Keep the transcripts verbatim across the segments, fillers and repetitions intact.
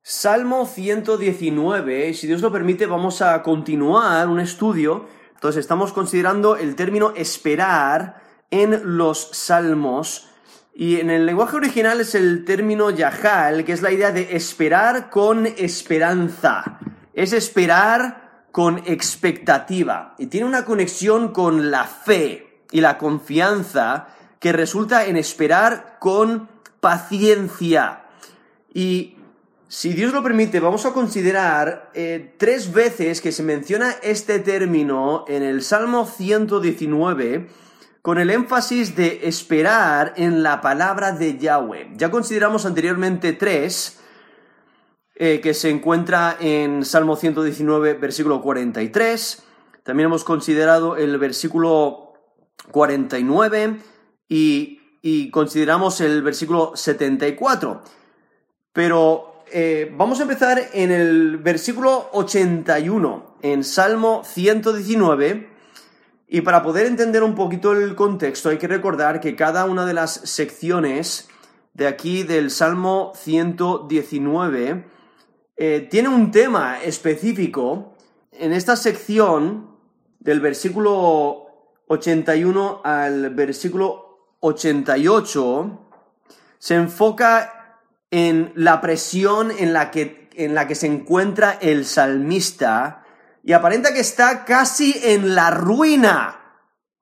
Salmo ciento diecinueve, y si Dios lo permite vamos a continuar un estudio. Entonces estamos considerando el término esperar en los salmos, y en el lenguaje original es el término yahal, que es la idea de esperar con esperanza, es esperar con expectativa, y tiene una conexión con la fe y la confianza que resulta en esperar con paciencia. Y si Dios lo permite, vamos a considerar eh, tres veces que se menciona este término en el Salmo ciento diecinueve, con el énfasis de esperar en la palabra de Yahweh. Ya consideramos anteriormente tres, eh, que se encuentra en Salmo ciento diecinueve, versículo cuarenta y tres. También hemos considerado el versículo cuarenta y nueve y, y consideramos el versículo setenta y cuatro. Pero Eh, vamos a empezar en el versículo ochenta y uno, en Salmo ciento diecinueve, y para poder entender un poquito el contexto hay que recordar que cada una de las secciones de aquí del Salmo ciento diecinueve eh, tiene un tema específico. En esta sección, del versículo ochenta y uno al versículo ochenta y ocho, se enfoca en la presión en la que, en la que se encuentra el salmista, y aparenta que está casi en la ruina.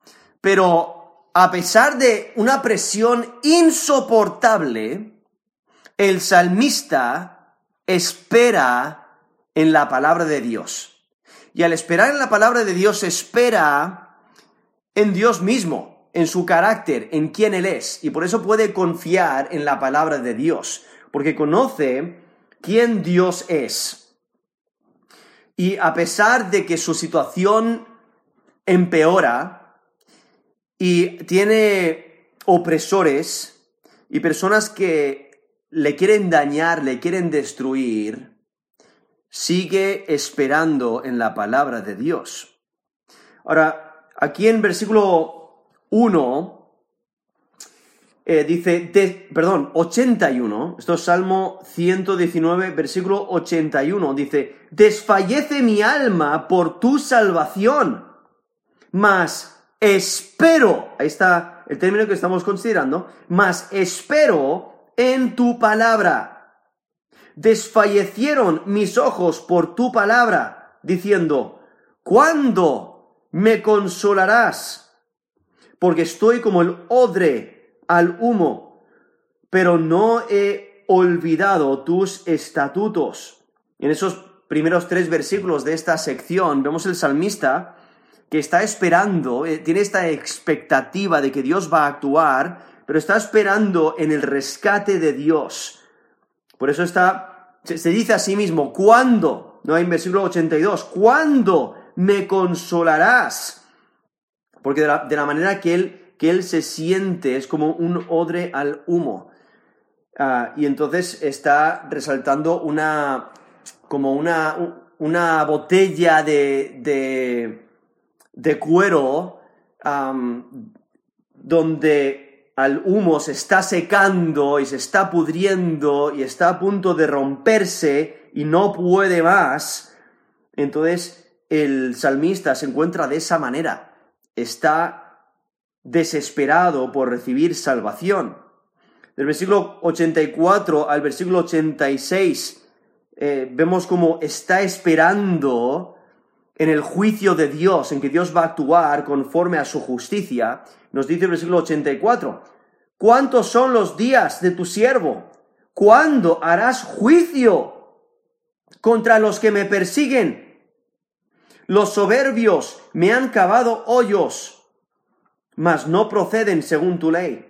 Pero a pesar de una presión insoportable, el salmista espera en la palabra de Dios. Y al esperar en la palabra de Dios, espera en Dios mismo, en su carácter, en quién Él es. Y por eso puede confiar en la palabra de Dios, porque conoce quién Dios es. Y a pesar de que su situación empeora y tiene opresores y personas que le quieren dañar, le quieren destruir, sigue esperando en la palabra de Dios. Ahora, aquí en versículo uno, Eh, dice, de, perdón, ochenta y uno, esto es Salmo ciento diecinueve, versículo ochenta y uno, dice, desfallece mi alma por tu salvación, mas espero, ahí está el término que estamos considerando, mas espero en tu palabra. Desfallecieron mis ojos por tu palabra, diciendo, ¿cuándo me consolarás? Porque estoy como el odre al humo, pero no he olvidado tus estatutos. En esos primeros tres versículos de esta sección vemos el salmista que está esperando, eh, tiene esta expectativa de que Dios va a actuar, pero está esperando en el rescate de Dios. Por eso está, se, se dice a sí mismo, ¿cuándo? No, en versículo ochenta y dos, ¿cuándo me consolarás? Porque de la, de la manera que él que él se siente, es como un odre al humo. Uh, y entonces está resaltando una, como una, una botella de, de, de cuero, um, donde al humo se está secando y se está pudriendo y está a punto de romperse y no puede más. Entonces el salmista se encuentra de esa manera. Está desesperado por recibir salvación. Del versículo ochenta y cuatro al versículo ochenta y seis eh, vemos cómo está esperando en el juicio de Dios, en que Dios va a actuar conforme a su justicia. Nos dice el versículo ochenta y cuatro, ¿cuántos son los días de tu siervo? ¿Cuándo harás juicio contra los que me persiguen? Los soberbios me han cavado hoyos, mas no proceden según tu ley.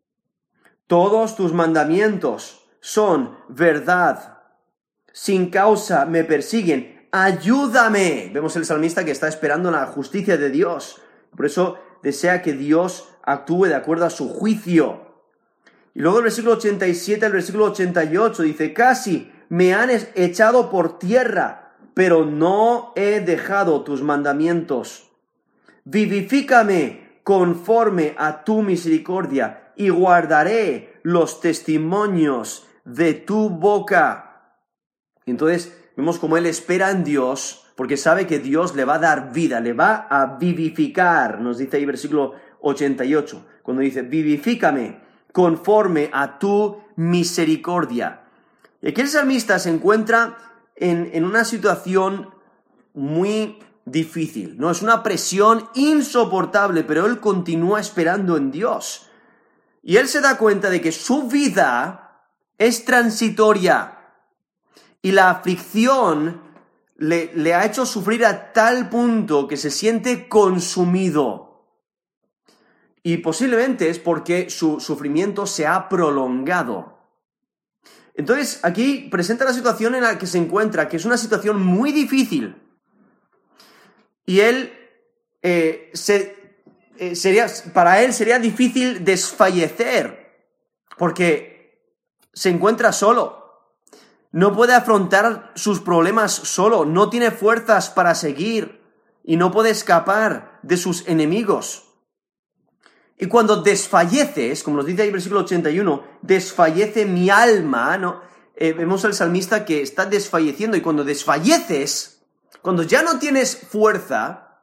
Todos tus mandamientos son verdad. Sin causa me persiguen. Ayúdame. Vemos el salmista que está esperando la justicia de Dios. Por eso desea que Dios actúe de acuerdo a su juicio. Y luego el versículo ochenta y siete al versículo ochenta y ocho dice, casi me han echado por tierra, pero no he dejado tus mandamientos. Vivifícame conforme a tu misericordia, y guardaré los testimonios de tu boca. Y entonces vemos como él espera en Dios, porque sabe que Dios le va a dar vida, le va a vivificar, nos dice ahí versículo ochenta y ocho, cuando dice, vivifícame conforme a tu misericordia. Y aquí el salmista se encuentra en, en una situación muy difícil, ¿no? Es una presión insoportable, pero él continúa esperando en Dios. Y él se da cuenta de que su vida es transitoria y la aflicción le, le ha hecho sufrir a tal punto que se siente consumido. Y posiblemente es porque su sufrimiento se ha prolongado. Entonces, aquí presenta la situación en la que se encuentra, que es una situación muy difícil. Y él, eh, se, eh, sería, para él sería difícil desfallecer, porque se encuentra solo. No puede afrontar sus problemas solo, no tiene fuerzas para seguir y no puede escapar de sus enemigos. Y cuando desfalleces, como nos dice ahí el versículo ochenta y uno, desfallece mi alma, ¿no? Eh, vemos al salmista que está desfalleciendo, y cuando desfalleces, cuando ya no tienes fuerza,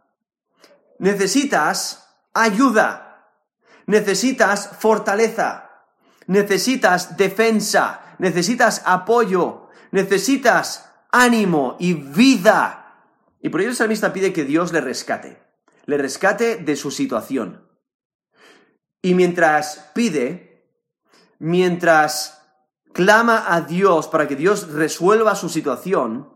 necesitas ayuda, necesitas fortaleza, necesitas defensa, necesitas apoyo, necesitas ánimo y vida. Y por ello el salmista pide que Dios le rescate, le rescate de su situación. Y mientras pide, mientras clama a Dios para que Dios resuelva su situación,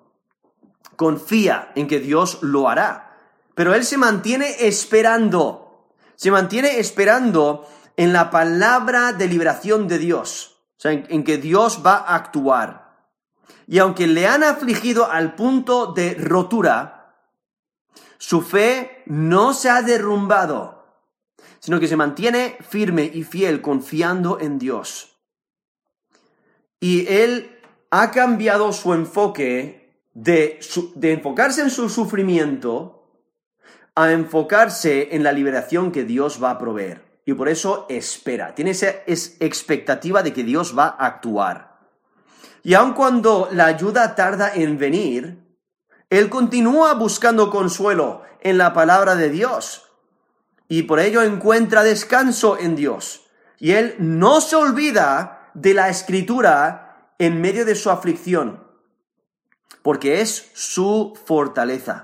confía en que Dios lo hará. Pero él se mantiene esperando, se mantiene esperando en la palabra de liberación de Dios, o sea, en, en que Dios va a actuar. Y aunque le han afligido al punto de rotura, su fe no se ha derrumbado, sino que se mantiene firme y fiel, confiando en Dios. Y él ha cambiado su enfoque de, su, de enfocarse en su sufrimiento a enfocarse en la liberación que Dios va a proveer. Y por eso espera, tiene esa expectativa de que Dios va a actuar. Y aun cuando la ayuda tarda en venir, él continúa buscando consuelo en la palabra de Dios. Y por ello encuentra descanso en Dios. Y él no se olvida de la Escritura en medio de su aflicción, porque es su fortaleza.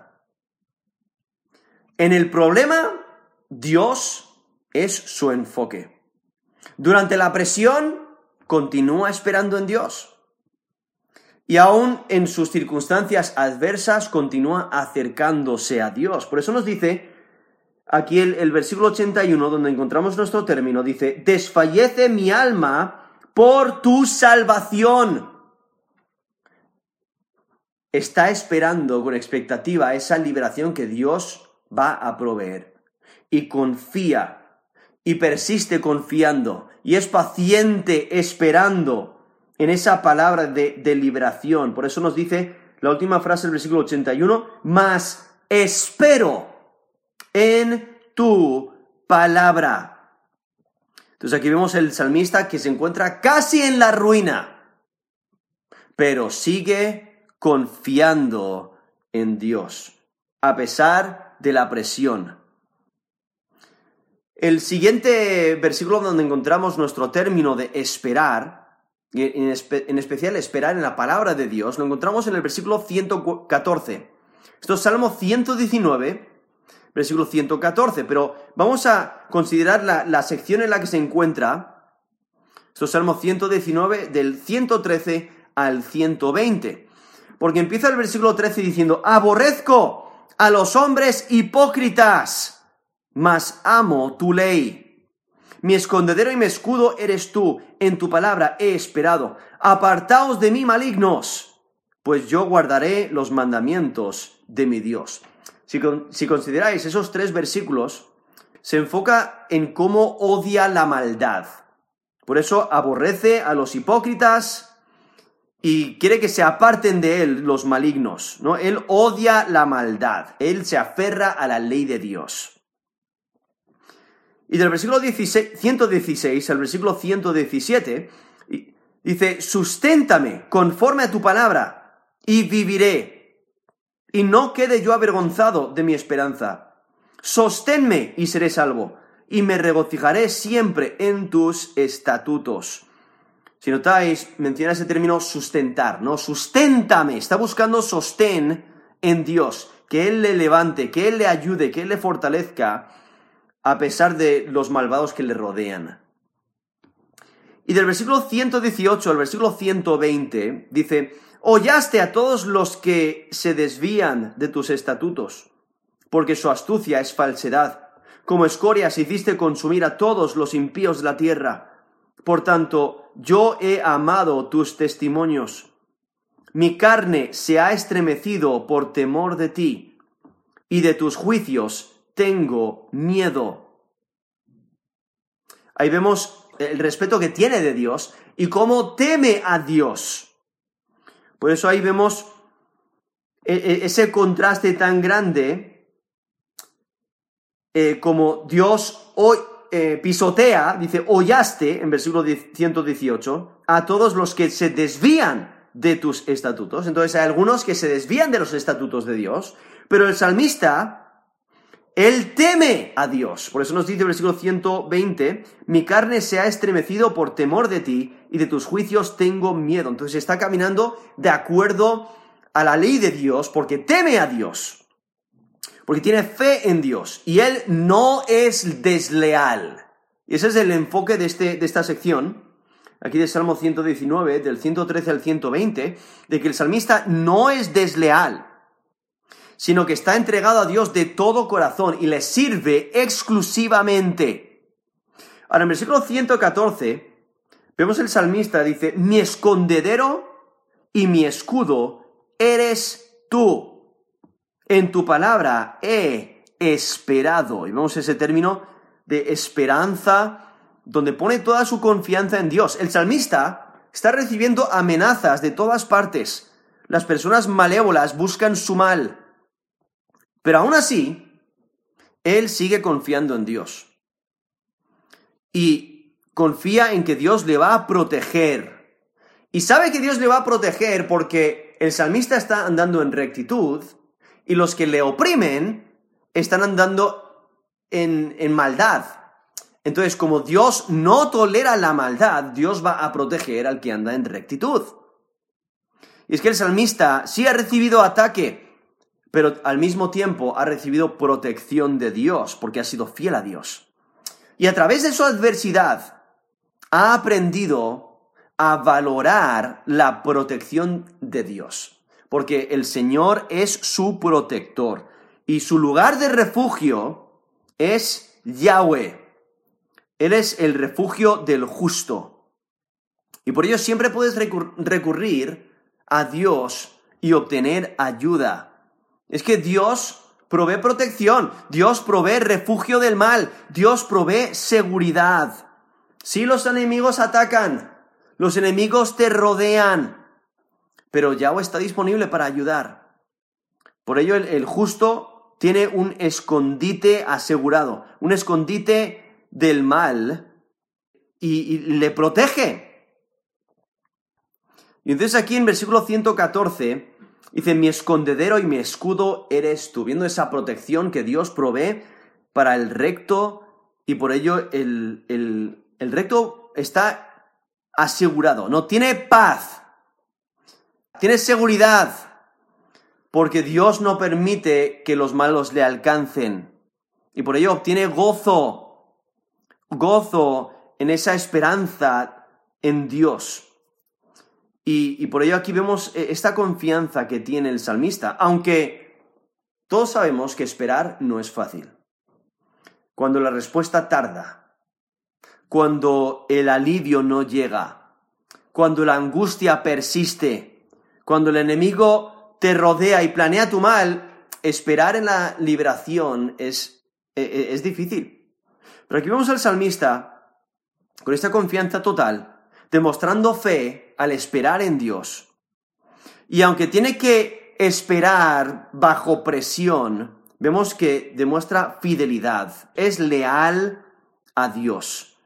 En el problema, Dios es su enfoque. Durante la presión, continúa esperando en Dios. Y aún en sus circunstancias adversas, continúa acercándose a Dios. Por eso nos dice aquí el, el versículo ochenta y uno, donde encontramos nuestro término, dice, desfallece mi alma por tu salvación. Está esperando con expectativa esa liberación que Dios va a proveer. Y confía, y persiste confiando, y es paciente esperando en esa palabra de, de liberación. Por eso nos dice la última frase del versículo ochenta y uno, mas espero en tu palabra. Entonces aquí vemos el salmista que se encuentra casi en la ruina, pero sigue confiando en Dios, a pesar de la presión. El siguiente versículo donde encontramos nuestro término de esperar, en, espe- en especial esperar en la palabra de Dios, lo encontramos en el versículo ciento catorce. Esto es Salmo ciento diecinueve, versículo ciento catorce, pero vamos a considerar la, la sección en la que se encuentra. Esto es Salmo ciento diecinueve, del ciento trece al ciento veinte. Porque empieza el versículo trece diciendo, aborrezco a los hombres hipócritas, mas amo tu ley. Mi escondedero y mi escudo eres tú, en tu palabra he esperado. Apartaos de mí, malignos, pues yo guardaré los mandamientos de mi Dios. Si, con, si consideráis esos tres versículos, se enfoca en cómo odia la maldad. Por eso aborrece a los hipócritas y quiere que se aparten de él los malignos, ¿no? Él odia la maldad, él se aferra a la ley de Dios. Y del versículo ciento dieciséis al versículo ciento diecisiete, dice, susténtame conforme a tu palabra, y viviré, y no quede yo avergonzado de mi esperanza. Sosténme y seré salvo, y me regocijaré siempre en tus estatutos. Si notáis, menciona ese término sustentar, ¿no? Susténtame, está buscando sostén en Dios, que Él le levante, que Él le ayude, que Él le fortalezca, a pesar de los malvados que le rodean. Y del versículo ciento dieciocho al versículo ciento veinte, dice: hollaste a todos los que se desvían de tus estatutos, porque su astucia es falsedad. Como escorias hiciste consumir a todos los impíos de la tierra. Por tanto, yo he amado tus testimonios. Mi carne se ha estremecido por temor de ti, y de tus juicios tengo miedo. Ahí vemos el respeto que tiene de Dios y cómo teme a Dios. Por eso ahí vemos ese contraste tan grande, eh, como Dios hoy eh, pisotea, dice, hollaste, en versículo ciento dieciocho, a todos los que se desvían de tus estatutos. Entonces hay algunos que se desvían de los estatutos de Dios, pero el salmista, él teme a Dios. Por eso nos dice el versículo ciento veinte, mi carne se ha estremecido por temor de ti, y de tus juicios tengo miedo. Entonces está caminando de acuerdo a la ley de Dios, porque teme a Dios, porque tiene fe en Dios, y él no es desleal. Y ese es el enfoque de, este, de esta sección, aquí del Salmo ciento diecinueve, del ciento trece al ciento veinte, de que el salmista no es desleal, sino que está entregado a Dios de todo corazón y le sirve exclusivamente. Ahora, en el versículo ciento catorce, vemos el salmista, dice, mi escondedero y mi escudo eres tú. En tu palabra he esperado. Y vemos ese término de esperanza, donde pone toda su confianza en Dios. El salmista está recibiendo amenazas de todas partes. Las personas malévolas buscan su mal. Pero aún así, él sigue confiando en Dios. Y confía en que Dios le va a proteger. Y sabe que Dios le va a proteger porque el salmista está andando en rectitud, y los que le oprimen están andando en, en maldad. Entonces, como Dios no tolera la maldad, Dios va a proteger al que anda en rectitud. Y es que el salmista sí ha recibido ataque, pero al mismo tiempo ha recibido protección de Dios, porque ha sido fiel a Dios. Y a través de su adversidad, ha aprendido a valorar la protección de Dios. Porque el Señor es su protector y su lugar de refugio es Yahweh. Él es el refugio del justo. Y por ello siempre puedes recur- recurrir a Dios y obtener ayuda. Es que Dios provee protección, Dios provee refugio del mal, Dios provee seguridad. Si los enemigos atacan, los enemigos te rodean, pero Yahweh está disponible para ayudar. Por ello el, el justo tiene un escondite asegurado, un escondite del mal, y, y le protege. Y entonces aquí en versículo ciento catorce dice, mi escondedero y mi escudo eres tú, viendo esa protección que Dios provee para el recto, y por ello el, el, el recto está asegurado, no tiene paz. Tiene seguridad, porque Dios no permite que los malos le alcancen. Y por ello obtiene gozo, gozo en esa esperanza en Dios. Y, y por ello aquí vemos esta confianza que tiene el salmista, aunque todos sabemos que esperar no es fácil. Cuando la respuesta tarda, cuando el alivio no llega, cuando la angustia persiste, cuando el enemigo te rodea y planea tu mal, esperar en la liberación es, es, es difícil. Pero aquí vemos al salmista con esta confianza total, demostrando fe al esperar en Dios. Y aunque tiene que esperar bajo presión, vemos que demuestra fidelidad, es leal a Dios.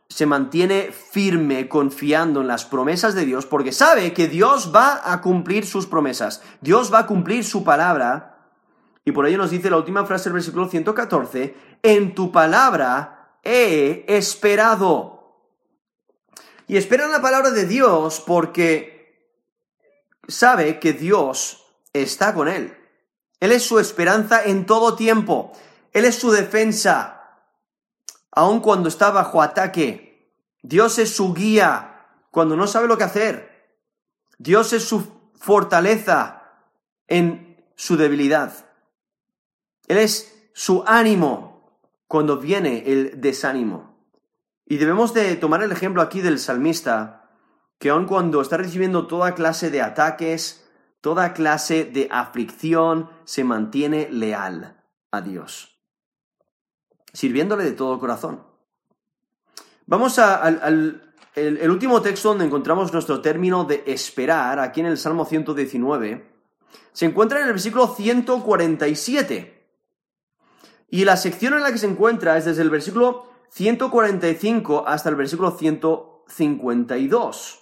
se mantiene firme confiando en las promesas de Dios porque sabe que Dios va a cumplir sus promesas, Dios va a cumplir su palabra, y por ello nos dice la última frase del versículo ciento catorce, en tu palabra he esperado. Y espera en la palabra de Dios porque sabe que Dios está con él. Él es su esperanza en todo tiempo, Él es su defensa. Aun cuando está bajo ataque, Dios es su guía cuando no sabe lo que hacer. Dios es su fortaleza en su debilidad. Él es su ánimo cuando viene el desánimo. Y debemos de tomar el ejemplo aquí del salmista, que aun cuando está recibiendo toda clase de ataques, toda clase de aflicción, se mantiene leal a Dios, sirviéndole de todo corazón. Vamos a, al, al el, el último texto donde encontramos nuestro término de esperar, aquí en el Salmo ciento diecinueve, se encuentra en el versículo ciento cuarenta y siete. Y la sección en la que se encuentra es desde el versículo ciento cuarenta y cinco hasta el versículo ciento cincuenta y dos.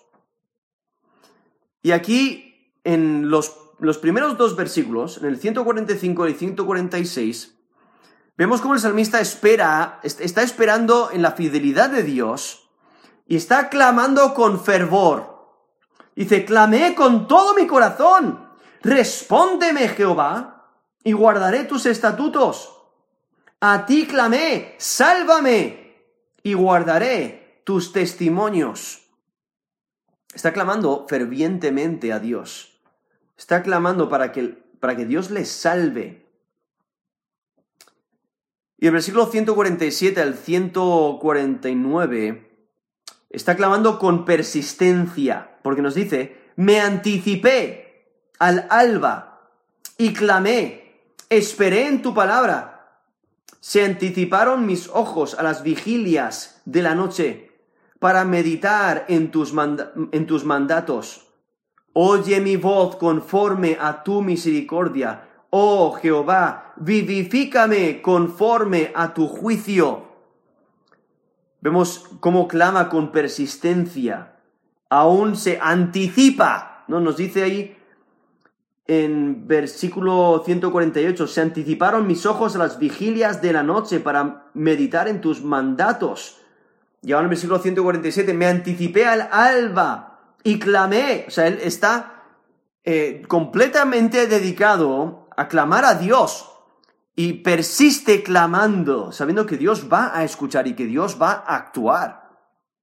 Y aquí, en los, los primeros dos versículos, en el ciento cuarenta y cinco y el ciento cuarenta y seis, vemos cómo el salmista espera, está esperando en la fidelidad de Dios y está clamando con fervor. Dice, clamé con todo mi corazón, respóndeme, Jehová, y guardaré tus estatutos. A ti clamé, sálvame, y guardaré tus testimonios. Está clamando fervientemente a Dios. Está clamando para que, para que Dios le salve. Y el versículo ciento cuarenta y siete al ciento cuarenta y nueve está clamando con persistencia, porque nos dice, me anticipé al alba y clamé, esperé en tu palabra. Se anticiparon mis ojos a las vigilias de la noche para meditar en tus, manda- en tus mandatos. Oye mi voz conforme a tu misericordia. Oh Jehová, vivifícame conforme a tu juicio. Vemos cómo clama con persistencia. Aún se anticipa, ¿no? Nos dice ahí en versículo ciento cuarenta y ocho, se anticiparon mis ojos a las vigilias de la noche para meditar en tus mandatos. Y ahora en el versículo ciento cuarenta y siete, me anticipé al alba y clamé. O sea, él está eh, completamente dedicado a clamar a Dios y persiste clamando, sabiendo que Dios va a escuchar y que Dios va a actuar.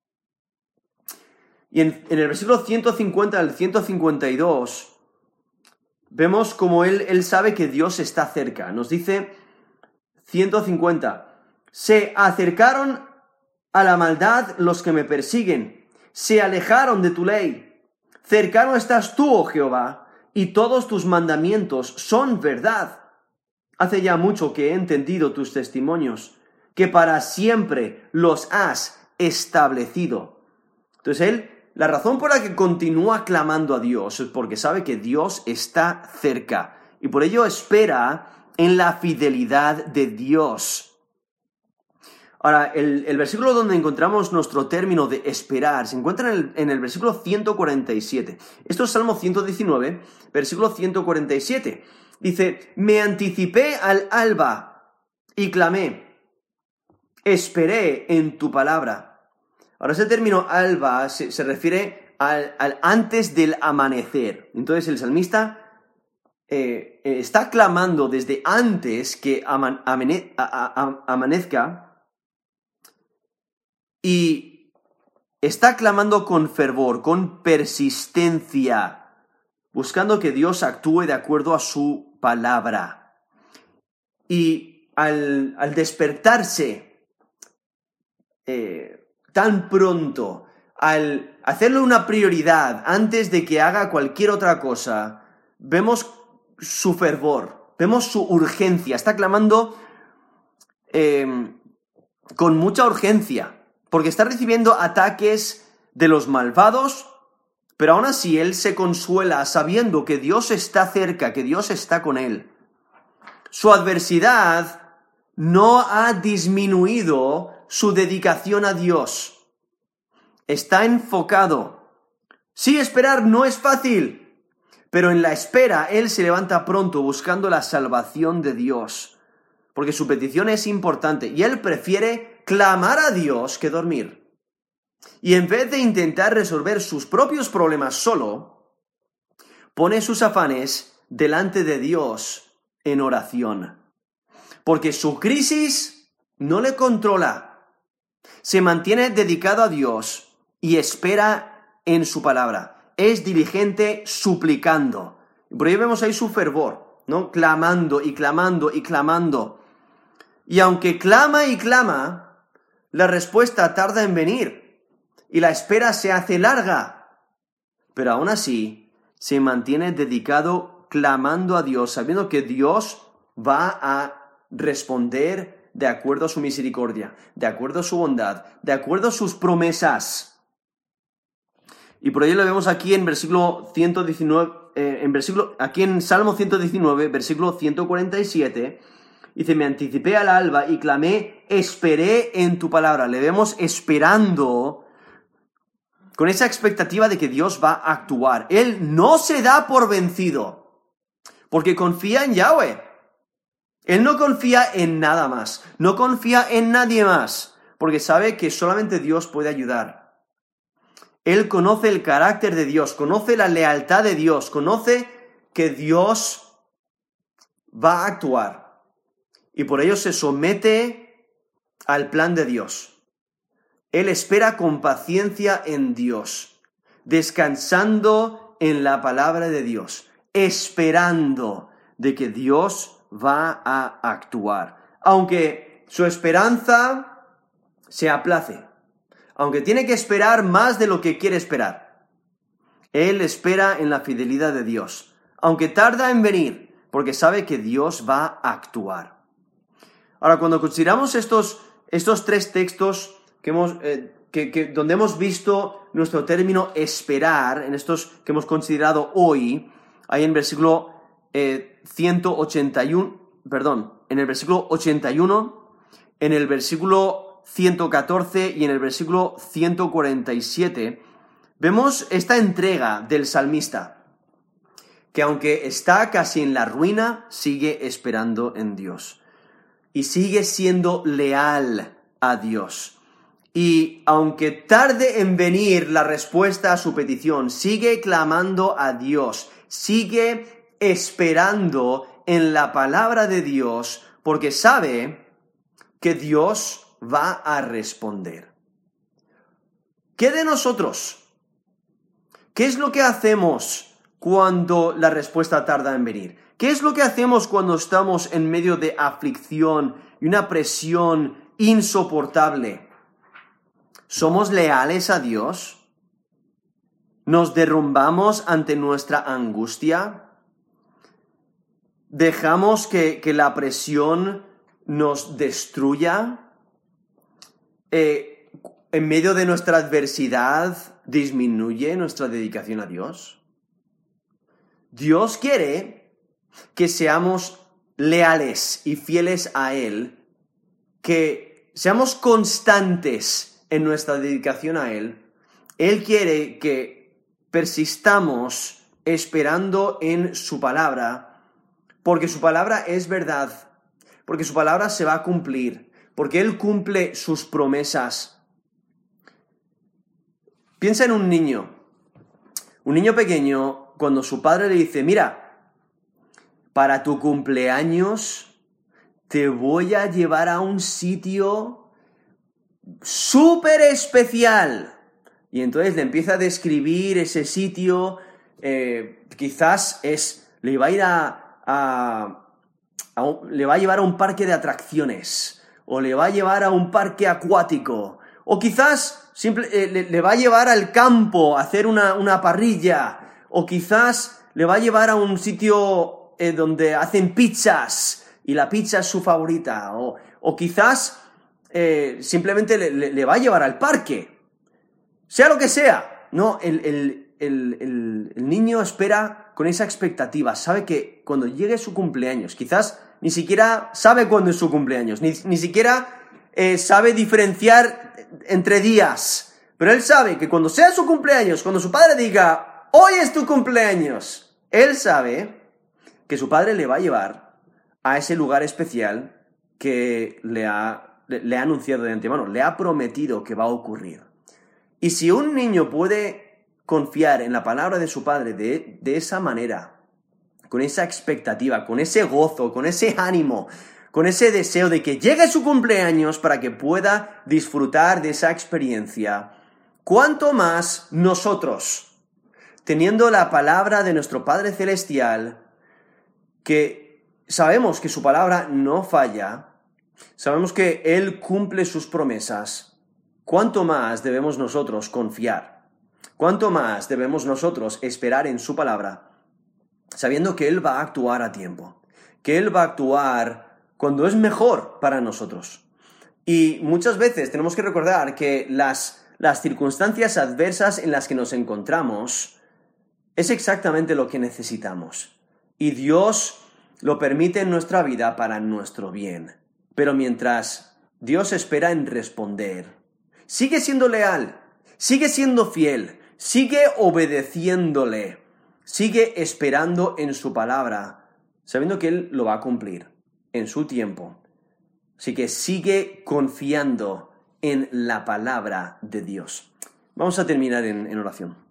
Y en, en el versículo ciento cincuenta al ciento cincuenta y dos vemos como él, él sabe que Dios está cerca. Nos dice ciento cincuenta, se acercaron a la maldad los que me persiguen, se alejaron de tu ley. Cercano estás tú, oh Jehová, y todos tus mandamientos son verdad. Hace ya mucho que he entendido tus testimonios, que para siempre los has establecido. Entonces él, la razón por la que continúa clamando a Dios es porque sabe que Dios está cerca y por ello espera en la fidelidad de Dios. Ahora, el, el versículo donde encontramos nuestro término de esperar se encuentra en el, en el versículo ciento cuarenta y siete. Esto es Salmo ciento diecinueve, versículo ciento cuarenta y siete. Dice, me anticipé al alba y clamé, esperé en tu palabra. Ahora, ese término alba se, se refiere al, al antes del amanecer. Entonces, el salmista eh, está clamando desde antes que aman, amane, a, a, amanezca. Y está clamando con fervor, con persistencia, buscando que Dios actúe de acuerdo a su palabra. Y al, al despertarse eh, tan pronto, al hacerlo una prioridad antes de que haga cualquier otra cosa, vemos su fervor, vemos su urgencia. Está clamando eh, con mucha urgencia, porque está recibiendo ataques de los malvados, pero aún así él se consuela sabiendo que Dios está cerca, que Dios está con él. Su adversidad no ha disminuido su dedicación a Dios. está enfocado. Sí, esperar no es fácil, pero en la espera él se levanta pronto buscando la salvación de Dios, porque su petición es importante y él prefiere clamar a Dios que dormir. Y en vez de intentar resolver sus propios problemas solo, pone sus afanes delante de Dios en oración. Porque su crisis no le controla. Se mantiene dedicado a Dios y espera en su palabra. Es diligente suplicando. Por ahí vemos ahí su fervor, ¿no? Clamando y clamando y clamando. Y aunque clama y clama, la respuesta tarda en venir y la espera se hace larga. Pero aún así, se mantiene dedicado clamando a Dios, sabiendo que Dios va a responder de acuerdo a su misericordia, de acuerdo a su bondad, de acuerdo a sus promesas. Y por ello lo vemos aquí en versículo ciento diecinueve, eh, en versículo, aquí en Salmo ciento diecinueve, versículo ciento cuarenta y siete, dice, me anticipé al alba y clamé, esperé en tu palabra. Le vemos esperando con esa expectativa de que Dios va a actuar. Él no se da por vencido, porque confía en Yahweh. Él no confía en nada más, no confía en nadie más, porque sabe que solamente Dios puede ayudar. Él conoce el carácter de Dios, conoce la lealtad de Dios, conoce que Dios va a actuar. Y por ello se somete al plan de Dios. Él espera con paciencia en Dios, descansando en la palabra de Dios, esperando de que Dios va a actuar. Aunque su esperanza se aplace, aunque tiene que esperar más de lo que quiere esperar, él espera en la fidelidad de Dios, aunque tarda en venir, porque sabe que Dios va a actuar. Ahora, cuando consideramos estos, estos tres textos que hemos, eh, que, que, donde hemos visto nuestro término esperar, en estos que hemos considerado hoy, ahí en versículo eh, ciento ochenta y uno, perdón, en el versículo ochenta y uno, en el versículo ciento catorce y en el versículo ciento cuarenta y siete, vemos esta entrega del salmista, que aunque está casi en la ruina, sigue esperando en Dios. Y sigue siendo leal a Dios. Y aunque tarde en venir la respuesta a su petición, sigue clamando a Dios, sigue esperando en la palabra de Dios, porque sabe que Dios va a responder. ¿Qué de nosotros? ¿Qué es lo que hacemos cuando la respuesta tarda en venir? ¿Qué es lo que hacemos cuando estamos en medio de aflicción y una presión insoportable? ¿Somos leales a Dios? ¿Nos derrumbamos ante nuestra angustia? ¿Dejamos que, que la presión nos destruya? Eh, ¿En medio de nuestra adversidad disminuye nuestra dedicación a Dios? Dios quiere que seamos leales y fieles a Él, que seamos constantes en nuestra dedicación a Él. Él quiere que persistamos esperando en su palabra, porque su palabra es verdad, porque su palabra se va a cumplir, porque Él cumple sus promesas. Piensa en un niño, un niño pequeño, cuando su padre le dice, mira, para tu cumpleaños te voy a llevar a un sitio súper especial. Y entonces le empieza a describir ese sitio, eh, quizás es, le va a ir a, a, a un, le va a llevar a un parque de atracciones, o le va a llevar a un parque acuático, o quizás simple, eh, le, le va a llevar al campo a hacer una, una parrilla, o quizás le va a llevar a un sitio Eh, donde hacen pizzas y la pizza es su favorita, o, o quizás eh, simplemente le, le, le va a llevar al parque, sea lo que sea. No, el, el, el, el, el niño espera con esa expectativa, sabe que cuando llegue su cumpleaños, quizás ni siquiera sabe cuándo es su cumpleaños, ni, ni siquiera eh, sabe diferenciar entre días, Pero él sabe que cuando sea su cumpleaños, cuando su padre diga, hoy es tu cumpleaños, él sabe que su padre le va a llevar a ese lugar especial que le ha, le ha anunciado de antemano, le ha prometido que va a ocurrir. Y si un niño puede confiar en la palabra de su padre de, de esa manera, con esa expectativa, con ese gozo, con ese ánimo, con ese deseo de que llegue su cumpleaños para que pueda disfrutar de esa experiencia, ¿cuánto más nosotros, teniendo la palabra de nuestro Padre Celestial, que sabemos que su palabra no falla, sabemos que Él cumple sus promesas, cuánto más debemos nosotros confiar? ¿Cuánto más debemos nosotros esperar en su palabra, sabiendo que Él va a actuar a tiempo, que Él va a actuar cuando es mejor para nosotros? Y muchas veces tenemos que recordar que las, las circunstancias adversas en las que nos encontramos es exactamente lo que necesitamos. Y Dios lo permite en nuestra vida para nuestro bien. Pero mientras Dios espera en responder, sigue siendo leal, sigue siendo fiel, sigue obedeciéndole, sigue esperando en su palabra, sabiendo que Él lo va a cumplir en su tiempo. Así que sigue confiando en la palabra de Dios. Vamos a terminar en, en oración.